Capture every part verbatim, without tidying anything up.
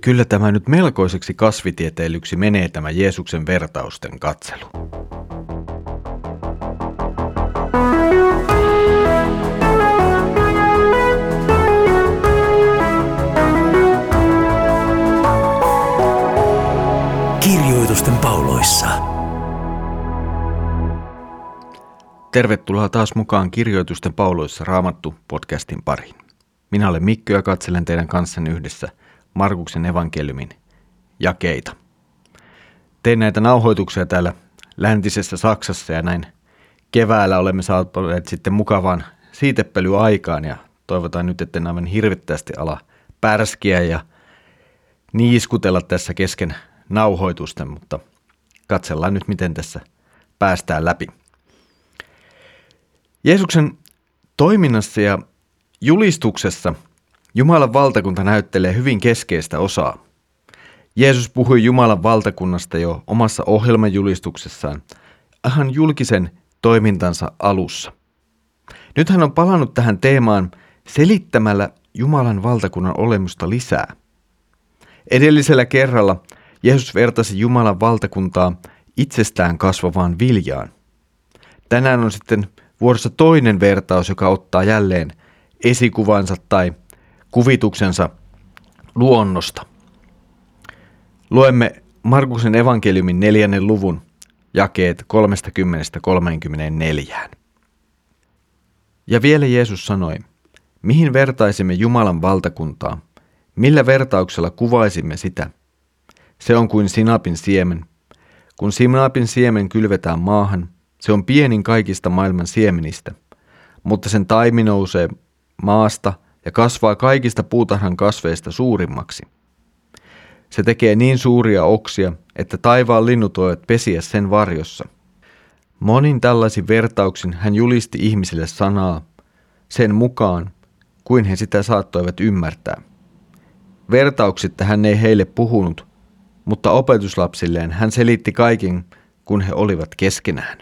Kyllä tämä nyt melkoiseksi kasvitieteilyksi menee tämä Jeesuksen vertausten katselu. Kirjoitusten pauloissa. Tervetuloa taas mukaan Kirjoitusten pauloissa Raamattu podcastin pariin. Minä olen Mikko ja katselen teidän kanssanne yhdessä Markuksen evankeliumin jakeita. Tein näitä nauhoituksia täällä läntisessä Saksassa ja näin keväällä olemme saapuneet sitten mukavaan siitepölyaikaan ja toivotaan nyt, etten aivan hirvittävästi ala pärskiä ja niiskutella tässä kesken nauhoitusten, mutta katsellaan nyt, miten tässä päästään läpi. Jeesuksen toiminnassa ja julistuksessa Jumalan valtakunta näyttelee hyvin keskeistä osaa. Jeesus puhui Jumalan valtakunnasta jo omassa ohjelmajulistuksessaan ihan julkisen toimintansa alussa. Nyt hän on palannut tähän teemaan selittämällä Jumalan valtakunnan olemusta lisää. Edellisellä kerralla Jeesus vertasi Jumalan valtakuntaa itsestään kasvavaan viljaan. Tänään on sitten vuorossa toinen vertaus, joka ottaa jälleen esikuvansa tai kuvituksensa luonnosta. Luemme Markuksen evankeliumin neljännen luvun jakeet kolmekymmentä kolmekymmentäneljä. Ja vielä Jeesus sanoi, mihin vertaisimme Jumalan valtakuntaa, millä vertauksella kuvaisimme sitä? Se on kuin sinapin siemen. Kun sinapin siemen kylvetään maahan, se on pienin kaikista maailman siemenistä, mutta sen taimi nousee maasta ja kasvaa kaikista puutarhan kasveista suurimmaksi. Se tekee niin suuria oksia, että taivaan linnut voivat pesiä sen varjossa. Monin tällaisin vertauksin hän julisti ihmisille sanaa sen mukaan, kuin he sitä saattoivat ymmärtää. Vertauksitta hän ei heille puhunut, mutta opetuslapsilleen hän selitti kaiken, kun he olivat keskenään.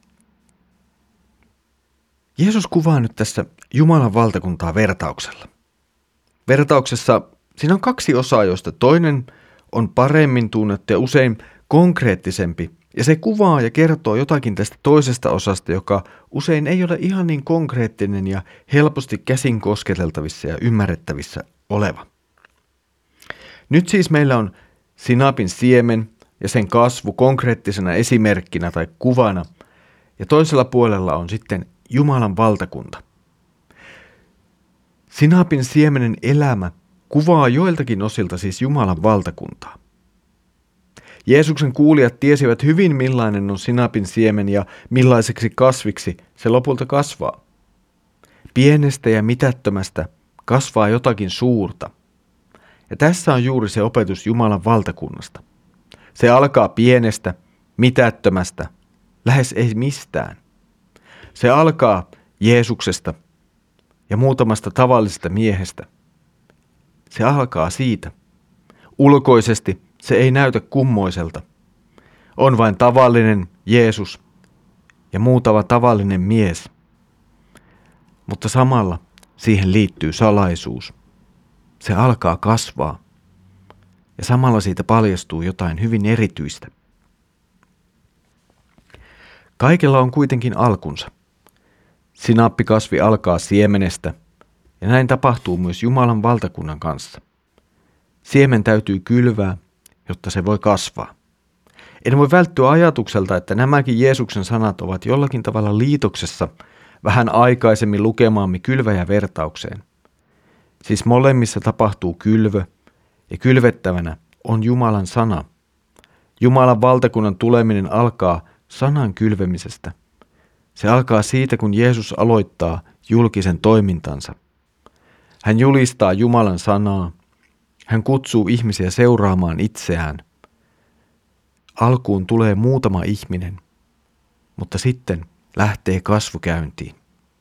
Jeesus kuvaa nyt tässä Jumalan valtakuntaa vertauksella. Vertauksessa siinä on kaksi osaa, joista toinen on paremmin tunnettu ja usein konkreettisempi. Ja se kuvaa ja kertoo jotakin tästä toisesta osasta, joka usein ei ole ihan niin konkreettinen ja helposti käsin kosketeltavissa ja ymmärrettävissä oleva. Nyt siis meillä on sinapin siemen ja sen kasvu konkreettisena esimerkkinä tai kuvana. Ja toisella puolella on sitten Jumalan valtakunta. Sinapin siemenen elämä kuvaa joiltakin osilta siis Jumalan valtakuntaa. Jeesuksen kuulijat tiesivät hyvin, millainen on sinapin siemen ja millaiseksi kasviksi se lopulta kasvaa. Pienestä ja mitättömästä kasvaa jotakin suurta. Ja tässä on juuri se opetus Jumalan valtakunnasta. Se alkaa pienestä, mitättömästä, lähes ei mistään. Se alkaa Jeesuksesta ja muutamasta tavallisesta miehestä. Se alkaa siitä. Ulkoisesti se ei näytä kummoiselta. On vain tavallinen Jeesus ja muutama tavallinen mies. Mutta samalla siihen liittyy salaisuus. Se alkaa kasvaa ja samalla siitä paljastuu jotain hyvin erityistä. Kaikella on kuitenkin alkunsa. Sinappikasvi alkaa siemenestä ja näin tapahtuu myös Jumalan valtakunnan kanssa. Siemen täytyy kylvää, jotta se voi kasvaa. En voi välttyä ajatukselta, että nämäkin Jeesuksen sanat ovat jollakin tavalla liitoksessa vähän aikaisemmin lukemaamme kylväjävertaukseen. Siis molemmissa tapahtuu kylvö ja kylvettävänä on Jumalan sana. Jumalan valtakunnan tuleminen alkaa sanan kylvemisestä. Se alkaa siitä, kun Jeesus aloittaa julkisen toimintansa. Hän julistaa Jumalan sanaa. Hän kutsuu ihmisiä seuraamaan itseään. Alkuun tulee muutama ihminen, mutta sitten lähtee kasvu käyntiin.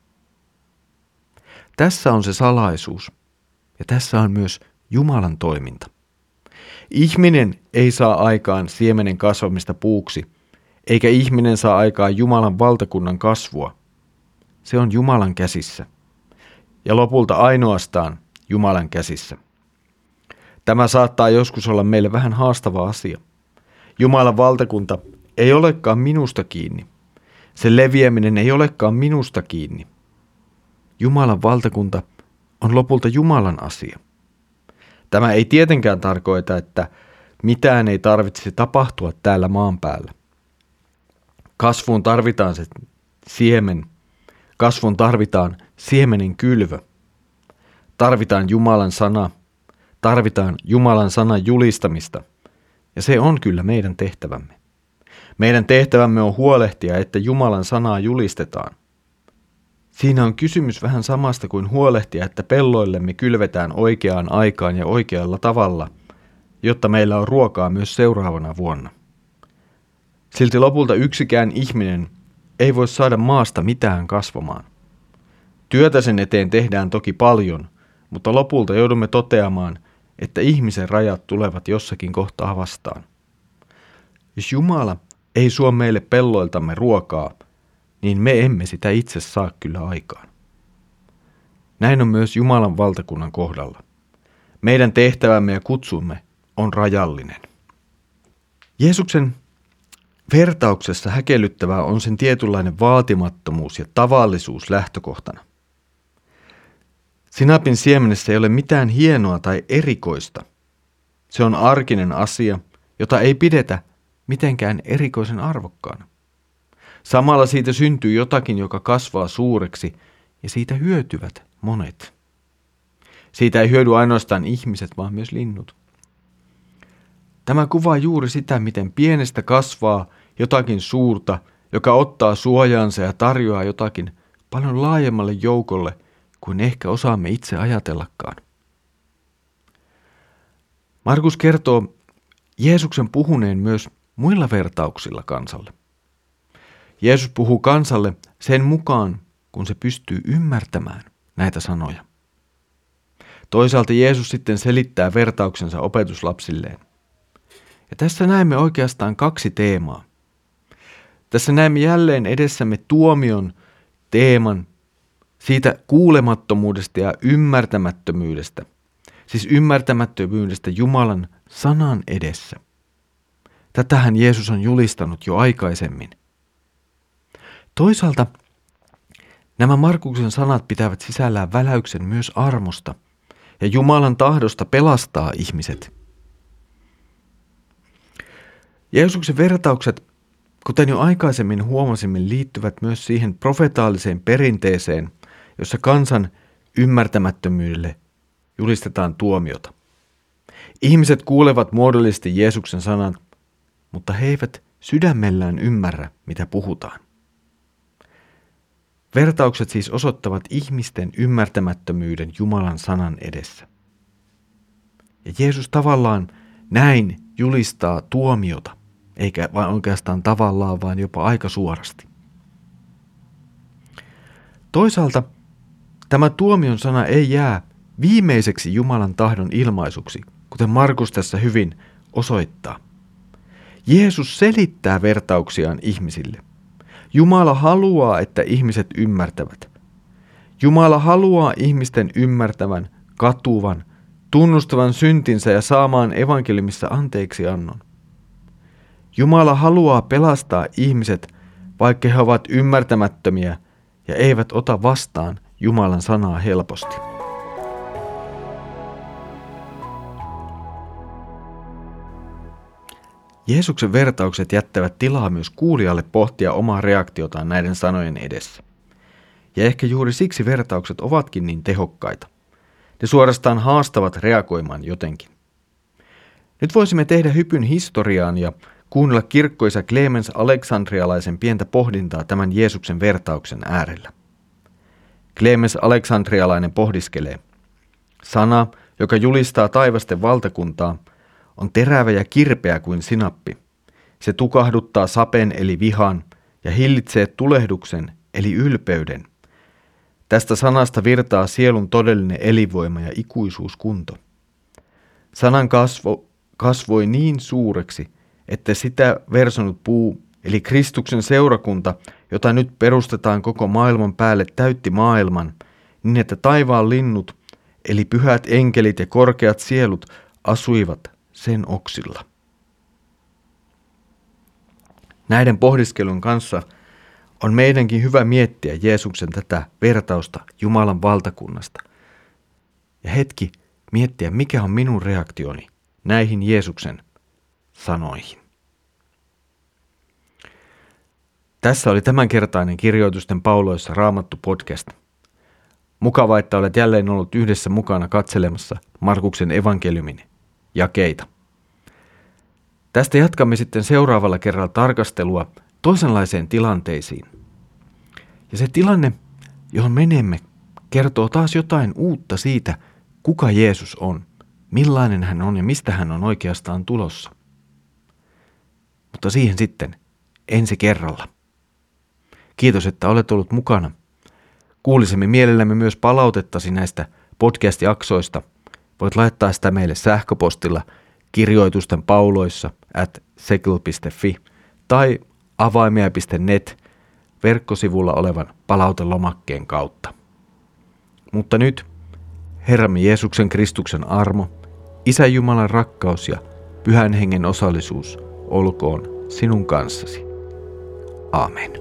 Tässä on se salaisuus ja tässä on myös Jumalan toiminta. Ihminen ei saa aikaan siemenen kasvamista puuksi, eikä ihminen saa aikaan Jumalan valtakunnan kasvua. Se on Jumalan käsissä ja lopulta ainoastaan Jumalan käsissä. Tämä saattaa joskus olla meille vähän haastava asia. Jumalan valtakunta ei olekaan minusta kiinni. Sen leviäminen ei olekaan minusta kiinni. Jumalan valtakunta on lopulta Jumalan asia. Tämä ei tietenkään tarkoita, että mitään ei tarvitsisi tapahtua täällä maan päällä. Kasvuun tarvitaan se siemen. Kasvun tarvitaan siemenen kylvö. Tarvitaan Jumalan sana. Tarvitaan Jumalan sanan julistamista. Ja se on kyllä meidän tehtävämme. Meidän tehtävämme on huolehtia, että Jumalan sanaa julistetaan. Siinä on kysymys vähän samasta kuin huolehtia, että pelloillemme kylvetään oikeaan aikaan ja oikealla tavalla, jotta meillä on ruokaa myös seuraavana vuonna. Silti lopulta yksikään ihminen ei voi saada maasta mitään kasvamaan. Työtä sen eteen tehdään toki paljon, mutta lopulta joudumme toteamaan, että ihmisen rajat tulevat jossakin kohtaa vastaan. Jos Jumala ei suo meille pelloiltamme ruokaa, niin me emme sitä itse saa kyllä aikaan. Näin on myös Jumalan valtakunnan kohdalla. Meidän tehtävämme ja kutsumme on rajallinen. Jeesuksen vertauksessa häkellyttävää on sen tietynlainen vaatimattomuus ja tavallisuus lähtökohtana. Sinapin siemenessä ei ole mitään hienoa tai erikoista. Se on arkinen asia, jota ei pidetä mitenkään erikoisen arvokkaana. Samalla siitä syntyy jotakin, joka kasvaa suureksi, ja siitä hyötyvät monet. Siitä ei hyödy ainoastaan ihmiset, vaan myös linnut. Tämä kuvaa juuri sitä, miten pienestä kasvaa jotakin suurta, joka ottaa suojaansa ja tarjoaa jotakin paljon laajemmalle joukolle kuin ehkä osaamme itse ajatellakaan. Markus kertoo Jeesuksen puhuneen myös muilla vertauksilla kansalle. Jeesus puhuu kansalle sen mukaan, kun se pystyy ymmärtämään näitä sanoja. Toisaalta Jeesus sitten selittää vertauksensa opetuslapsilleen. Ja tässä näemme oikeastaan kaksi teemaa. Tässä näemme jälleen edessämme tuomion teeman siitä kuulemattomuudesta ja ymmärtämättömyydestä. Siis ymmärtämättömyydestä Jumalan sanan edessä. Tätähän Jeesus on julistanut jo aikaisemmin. Toisaalta nämä Markuksen sanat pitävät sisällään väläyksen myös armosta ja Jumalan tahdosta pelastaa ihmiset. Jeesuksen vertaukset, kuten jo aikaisemmin huomasimme, liittyvät myös siihen profetaaliseen perinteeseen, jossa kansan ymmärtämättömyydelle julistetaan tuomiota. Ihmiset kuulevat muodollisesti Jeesuksen sanat, mutta he eivät sydämellään ymmärrä, mitä puhutaan. Vertaukset siis osoittavat ihmisten ymmärtämättömyyden Jumalan sanan edessä. Ja Jeesus tavallaan näin julistaa tuomiota, eikä vain oikeastaan tavallaan, vaan jopa aika suorasti. Toisaalta tämä tuomion sana ei jää viimeiseksi Jumalan tahdon ilmaisuksi, kuten Markus tässä hyvin osoittaa. Jeesus selittää vertauksiaan ihmisille. Jumala haluaa, että ihmiset ymmärtävät. Jumala haluaa ihmisten ymmärtävän, katuvan, tunnustavan syntinsä ja saamaan evankeliumissa anteeksi annon. Jumala haluaa pelastaa ihmiset, vaikka he ovat ymmärtämättömiä ja eivät ota vastaan Jumalan sanaa helposti. Jeesuksen vertaukset jättävät tilaa myös kuulijalle pohtia omaa reaktiotaan näiden sanojen edessä. Ja ehkä juuri siksi vertaukset ovatkin niin tehokkaita. Ne suorastaan haastavat reagoimaan jotenkin. Nyt voisimme tehdä hypyn historiaan ja kuunnella kirkkoisa Clemens Aleksandrialaisen pientä pohdintaa tämän Jeesuksen vertauksen äärellä. Clemens Aleksandrialainen pohdiskelee. Sana, joka julistaa taivasten valtakuntaa, on terävä ja kirpeä kuin sinappi. Se tukahduttaa sapen eli vihan ja hillitsee tulehduksen eli ylpeyden. Tästä sanasta virtaa sielun todellinen elinvoima ja ikuisuuskunto. Sanan kasvo kasvoi niin suureksi, että sitä versonut puu, eli Kristuksen seurakunta, jota nyt perustetaan koko maailman päälle, täytti maailman, niin että taivaan linnut, eli pyhät enkelit ja korkeat sielut, asuivat sen oksilla. Näiden pohdiskelun kanssa on meidänkin hyvä miettiä Jeesuksen tätä vertausta Jumalan valtakunnasta. Ja hetki miettiä, mikä on minun reaktioni näihin Jeesuksen sanoihin. Tässä oli tämänkertainen Kirjoitusten pauloissa Raamattu podcast. Mukava, että olet jälleen ollut yhdessä mukana katselemassa Markuksen evankeliumin jakeita. Tästä jatkamme sitten seuraavalla kerralla tarkastelua toisenlaiseen tilanteisiin. Ja se tilanne, johon menemme, kertoo taas jotain uutta siitä, kuka Jeesus on, millainen hän on ja mistä hän on oikeastaan tulossa. Mutta siihen sitten ensi kerralla. Kiitos, että olet ollut mukana. Kuulisimme mielellämme myös palautettasi näistä podcast-jaksoista. Voit laittaa sitä meille sähköpostilla kirjoitusten pauloissa at sekel piste fi tai avaimia piste net verkkosivulla olevan palautelomakkeen kautta. Mutta nyt Herramme Jeesuksen Kristuksen armo, Isä Jumalan rakkaus ja Pyhän Hengen osallisuus olkoon sinun kanssasi. Aamen.